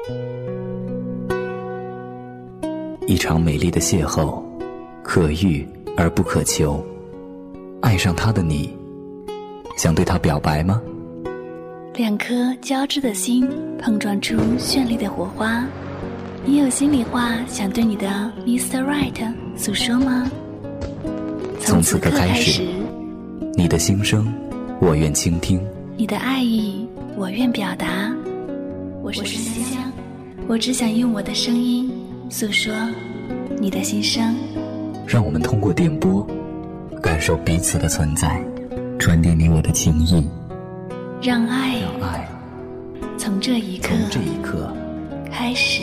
一场美丽的邂逅，可遇而不可求。爱上他的你，想对他表白吗？ 两颗交织的心碰撞出绚丽的火花，你有心里话想对你的 Mr. Right 诉说吗？ 从此刻开始，你的心声我愿倾听， 你的爱意我愿表达。我是香香，我只想用我的声音诉说你的心声。 让我们通过电波感受彼此的存在，传递你我的情谊， 让爱从这一刻开始。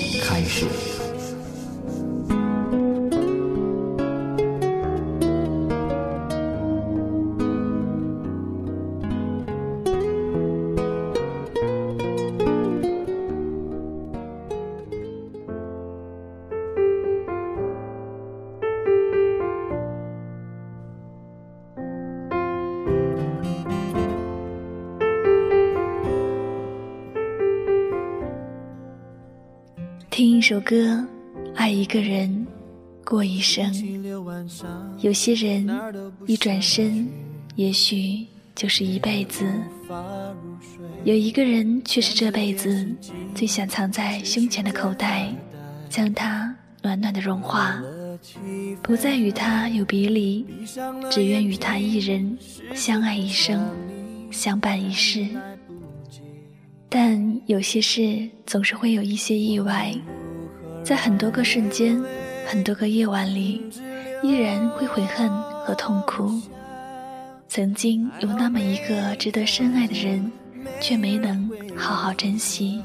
听一首歌，爱一个人，过一生。有些人一转身，也许就是一辈子。有一个人却是这辈子最想藏在胸前的口袋，将它暖暖的融化，不再与他有别离，只愿与他一人相爱一生，相伴一世。但有些事总是会有一些意外，在很多个瞬间，很多个夜晚里，依然会悔恨和痛苦。曾经有那么一个值得深爱的人，却没能好好珍惜。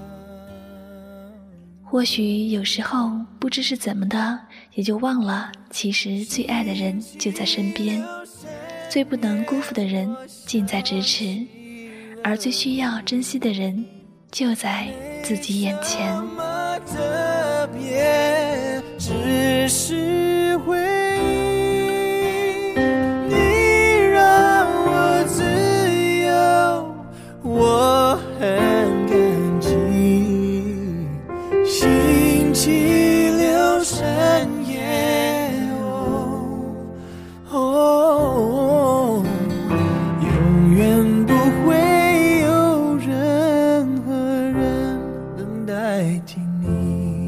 或许有时候不知是怎么的，也就忘了其实最爱的人就在身边，最不能辜负的人近在咫尺，而最需要珍惜的人就在自己眼前。 特别只是回忆，你让我自由，我很感激。星期六深夜，永远不会有任何人能代替你。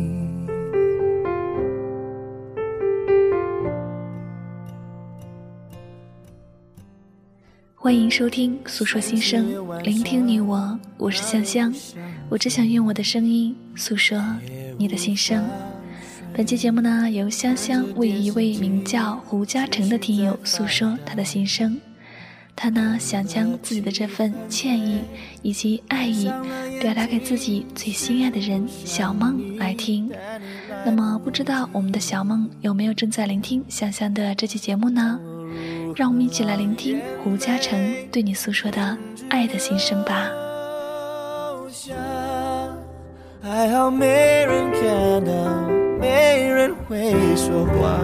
欢迎收听诉说心声，聆听你我，我是香香，我只想用我的声音诉说你的心声。本期节目呢，由香香为一位名叫胡嘉诚的听友诉说他的心声。他呢，想将自己的这份歉意以及爱意表达给自己最心爱的人小梦来听。那么不知道我们的小梦有没有正在聆听香香的这期节目呢？让我们一起来聆听胡嘉诚对你诉说的爱的心声吧。 还好没人看到，没人会说话。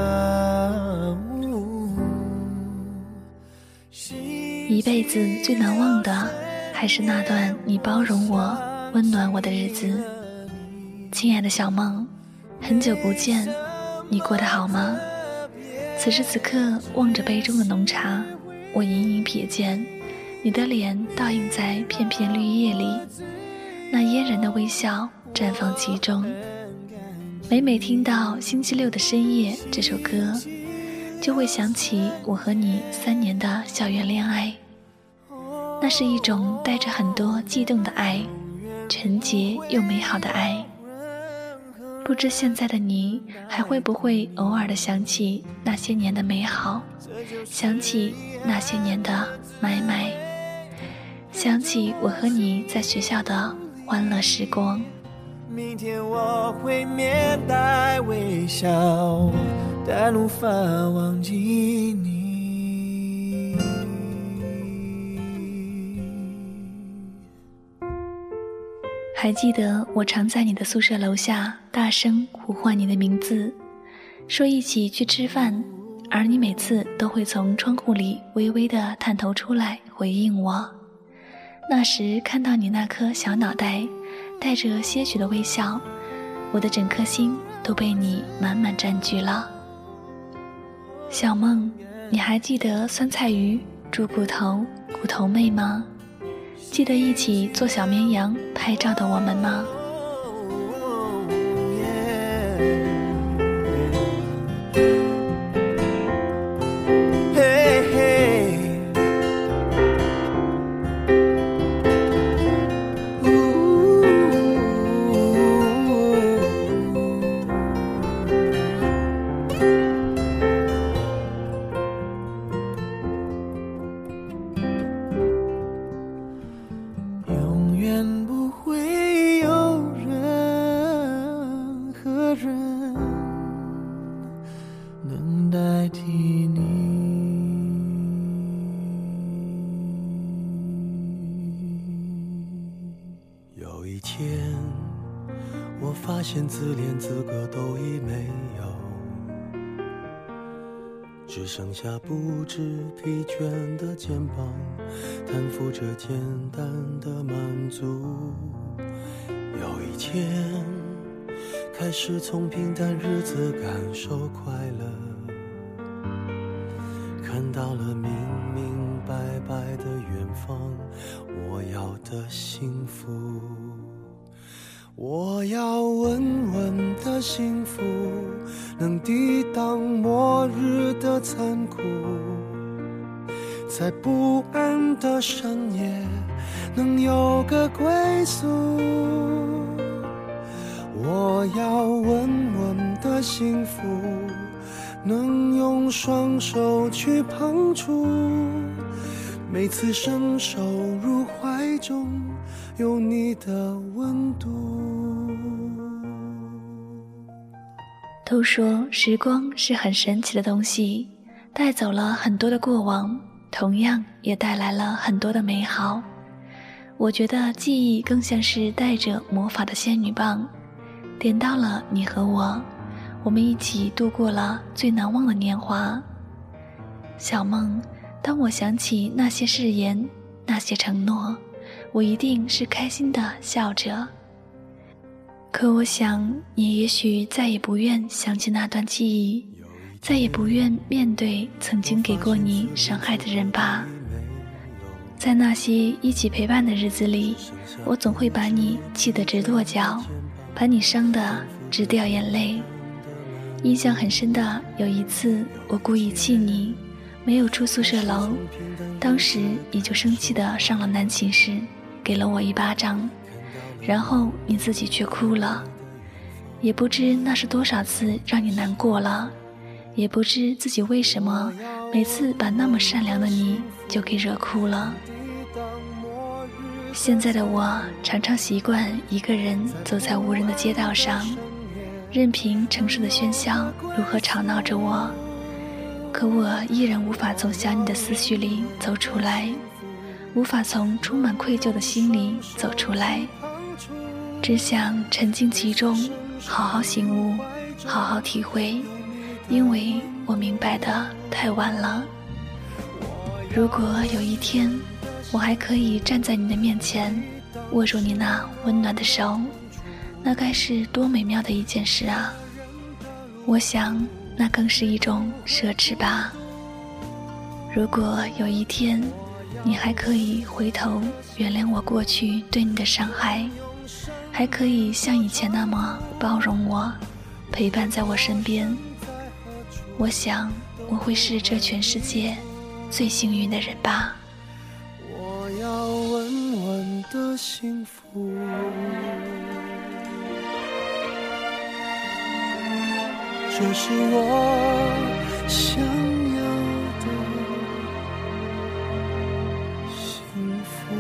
一辈子最难忘的，还是那段你包容我、温暖我的日子。亲爱的小梦，很久不见，你过得好吗？此时此刻，望着杯中的浓茶，我隐隐瞥见你的脸倒映在片片绿叶里，那嫣然的微笑绽放其中。每每听到《星期六的深夜》这首歌，就会想起我和你3年的校园恋爱。那是一种带着很多悸动的爱，纯洁又美好的爱。不知现在的你还会不会偶尔的想起那些年的美好，想起那些年的买买，想起我和你在学校的欢乐时光。 明天我会面带微笑，但无法忘记你。 还记得我常在你的宿舍楼下大声呼唤你的名字，说一起去吃饭，而你每次都会从窗户里微微地探头出来回应我。那时看到你那颗小脑袋， 带着些许的微笑，我的整颗心都被你满满占据了。小梦，你还记得酸菜鱼、猪骨头、骨头妹吗？记得一起做小绵羊拍照的我们吗？ 有一天，我发现自怜资格都已没有，只剩下不知疲倦的肩膀，担负着简单的满足。有一天，开始从平淡日子感受快乐，看到了明明白白的远方，我要的幸福。我要稳稳的幸福，能抵挡末日的残酷，在不安的深夜能有个归宿。我要稳稳的幸福，能用双手去碰触，每次伸手入怀中有你的温度。 都说时光是很神奇的东西，带走了很多的过往，同样也带来了很多的美好。我觉得记忆更像是带着魔法的仙女棒，点到了你和我们一起度过了最难忘的年华。小梦，当我想起那些誓言，那些承诺，我一定是开心的笑着。可我想，你也许再也不愿想起那段记忆，再也不愿面对曾经给过你伤害的人吧。在那些一起陪伴的日子里，我总会把你气得直跺脚，把你伤得直掉眼泪。印象很深的有一次，我故意气你，没有出宿舍楼，当时你就生气地上了男寝室，给了我一巴掌，然后你自己却哭了。也不知那是多少次让你难过了，也不知自己为什么每次把那么善良的你就给惹哭了。现在的我常常习惯一个人走在无人的街道上，任凭城市的喧嚣如何吵闹着我，可我依然无法从想你的思绪里走出来，无法从充满愧疚的心里走出来，只想沉浸其中，好好醒悟，好好体会，因为我明白的太晚了。如果有一天我还可以站在你的面前，握住你那温暖的手，那该是多美妙的一件事啊。我想那更是一种奢侈吧。如果有一天你还可以回头原谅我过去对你的伤害，还可以像以前那么包容我，陪伴在我身边，我想我会是这全世界最幸运的人吧。 我要稳稳的幸福，这是我想要的幸福。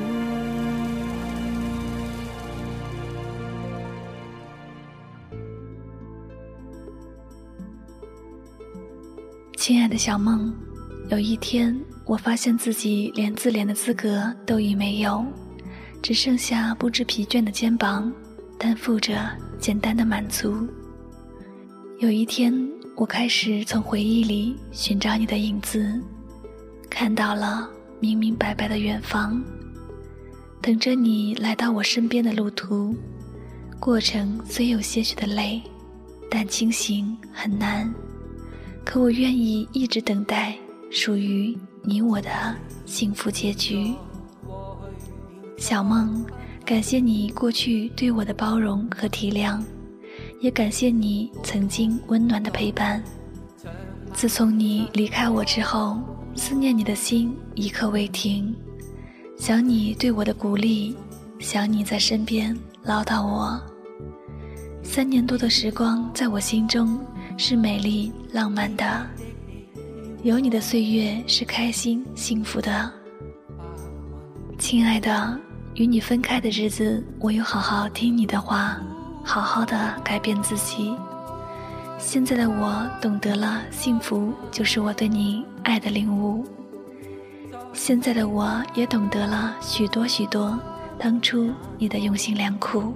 亲爱的小梦，有一天我发现自己连自怜的资格都已没有，只剩下不知疲倦的肩膀，担负着简单的满足。有一天我开始从回忆里寻找你的影子，看到了明明白白的远方，等着你来到我身边的路途， 过程虽有些许的累，但清醒很难。可我愿意一直等待属于你我的幸福结局。小梦，感谢你过去对我的包容和体谅，也感谢你曾经温暖的陪伴。自从你离开我之后，思念你的心一刻未停，想你对我的鼓励，想你在身边唠叨我。3年多的时光在我心中是美丽浪漫的，有你的岁月是开心幸福的。亲爱的，与你分开的日子，我有好好听你的话，好好的改变自己。现在的我懂得了幸福就是我对你爱的领悟，现在的我也懂得了许多许多当初你的用心良苦。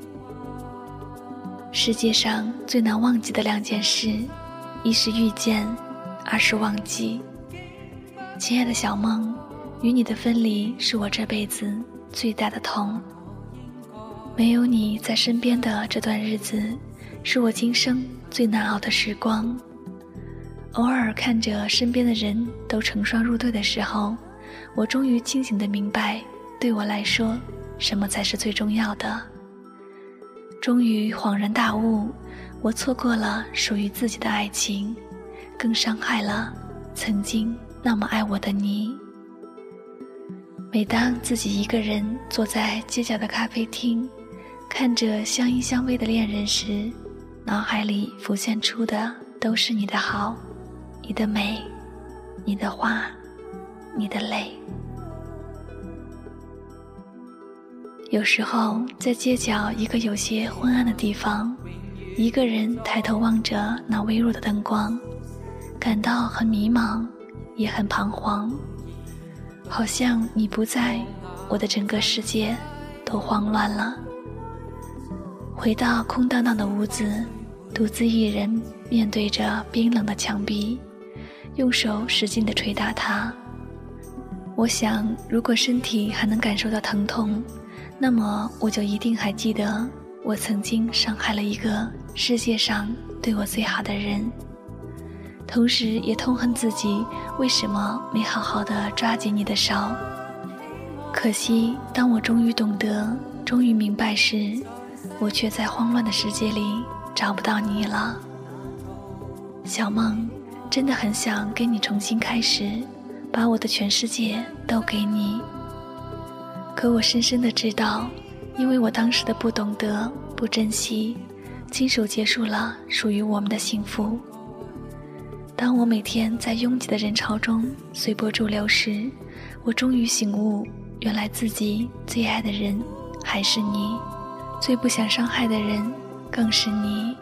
世界上最难忘记的2件事，一是遇见，二是忘记。亲爱的小梦，与你的分离是我这辈子最大的痛。没有你在身边的这段日子，是我今生最难熬的时光。偶尔看着身边的人都成双入对的时候，我终于清醒地明白，对我来说，什么才是最重要的。终于恍然大悟，我错过了属于自己的爱情，更伤害了曾经那么爱我的你。每当自己一个人坐在街角的咖啡厅，看着相依相偎的恋人时，脑海里浮现出的都是你的好，你的美，你的话，你的泪。有时候在街角一个有些昏暗的地方，一个人抬头望着那微弱的灯光，感到很迷茫，也很彷徨。好像你不在，我的整个世界都慌乱了。回到空荡荡的屋子，独自一人面对着冰冷的墙壁，用手使劲地捶打它。我想，如果身体还能感受到疼痛，那么我就一定还记得我曾经伤害了一个世界上对我最好的人，同时也痛恨自己为什么没好好的抓紧你的手。可惜当我终于懂得，终于明白时，我却在慌乱的世界里找不到你了。小梦，真的很想跟你重新开始，把我的全世界都给你。可我深深地知道，因为我当时的不懂得、不珍惜，亲手结束了属于我们的幸福。当我每天在拥挤的人潮中随波逐流时，我终于醒悟，原来自己最爱的人还是你，最不想伤害的人更是你。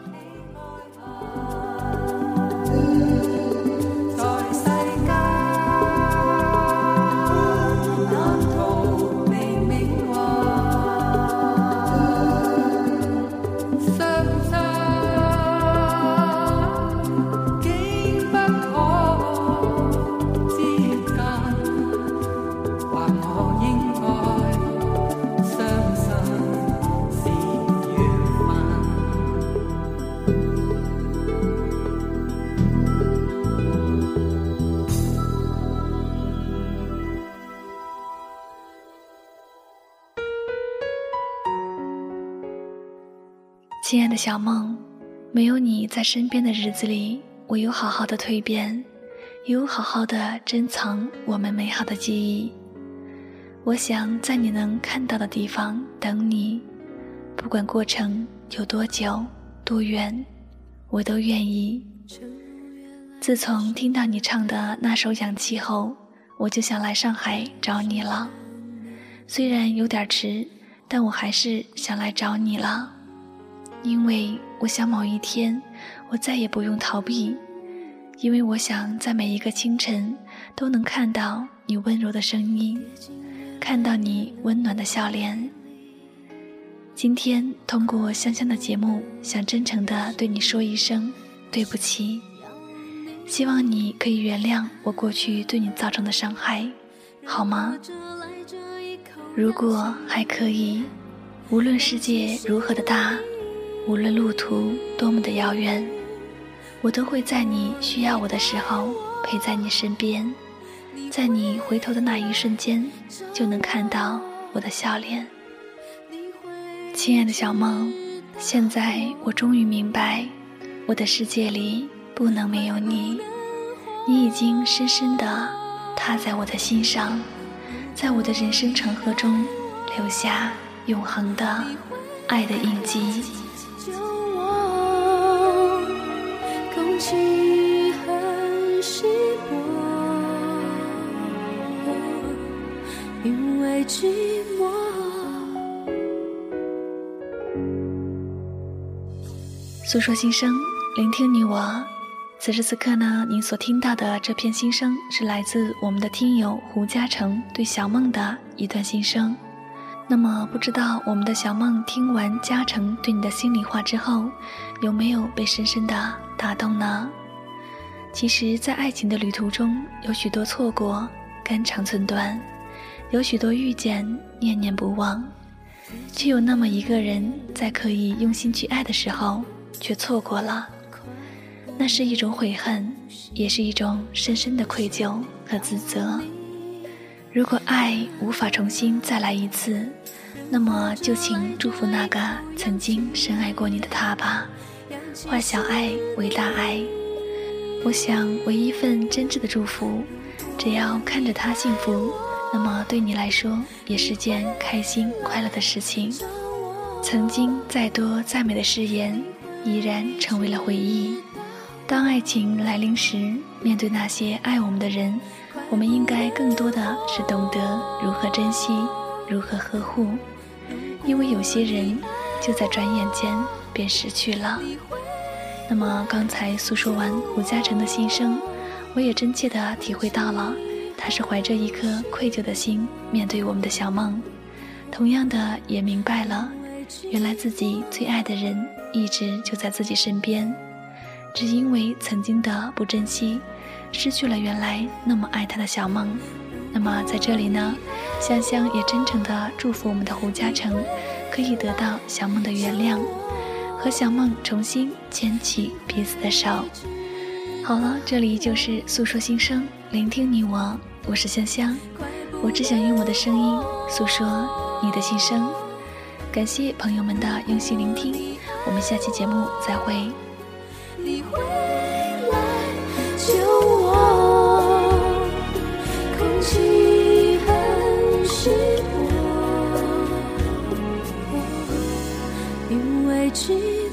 亲爱的小梦，没有你在身边的日子里，我有好好的蜕变，有好好的珍藏我们美好的记忆。我想在你能看到的地方等你，不管过程有多久多远，我都愿意。自从听到你唱的那首《氧气》后，我就想来上海找你了。虽然有点迟，但我还是想来找你了。因为我想某一天我再也不用逃避，因为我想在每一个清晨都能看到你温柔的声音，看到你温暖的笑脸。今天通过香香的节目，想真诚地对你说一声对不起，希望你可以原谅我过去对你造成的伤害，好吗？如果还可以， 无论世界如何的大，无论路途多么的遥远，我都会在你需要我的时候陪在你身边，在你回头的那一瞬间就能看到我的笑脸。亲爱的小梦，现在我终于明白，我的世界里不能没有你，你已经深深地踏在我的心上，在我的人生长河中留下永恒的爱的印记。 空气很稀薄，因为寂寞。 诉说心声，聆听你我。此时此刻呢，您所听到的这片心声是来自我们的听友胡嘉诚对小梦的一段心声。那么不知道我们的小梦听完嘉诚对你的心里话之后，有没有被深深的打动呢？其实在爱情的旅途中，有许多错过肝肠寸断，有许多遇见念念不忘，却有那么一个人在可以用心去爱的时候却错过了。那是一种悔恨，也是一种深深的愧疚和自责。如果爱无法重新再来一次，那么就请祝福那个曾经深爱过你的他吧，化小爱为大爱。我想唯一份真挚的祝福，只要看着他幸福，那么对你来说也是件开心快乐的事情。曾经再多再美的誓言，已然成为了回忆。当爱情来临时，面对那些爱我们的人，我们应该更多的是懂得如何珍惜，如何呵护，因为有些人就在转眼间便失去了。那么刚才诉说完胡嘉诚的心声，我也真切地体会到了，他是怀着一颗愧疚的心面对我们的小梦，同样的也明白了，原来自己最爱的人一直就在自己身边，只因为曾经的不珍惜，失去了原来那么爱他的小梦。那么在这里呢，香香也真诚地祝福我们的胡嘉诚可以得到小梦的原谅，和小梦重新牵起彼此的手。好了，这里就是诉说心声，聆听你我，我是香香，我只想用我的声音诉说你的心声。感谢朋友们的用心聆听，我们下期节目再会。 你会来救我，空气很稀薄，因为寂寞。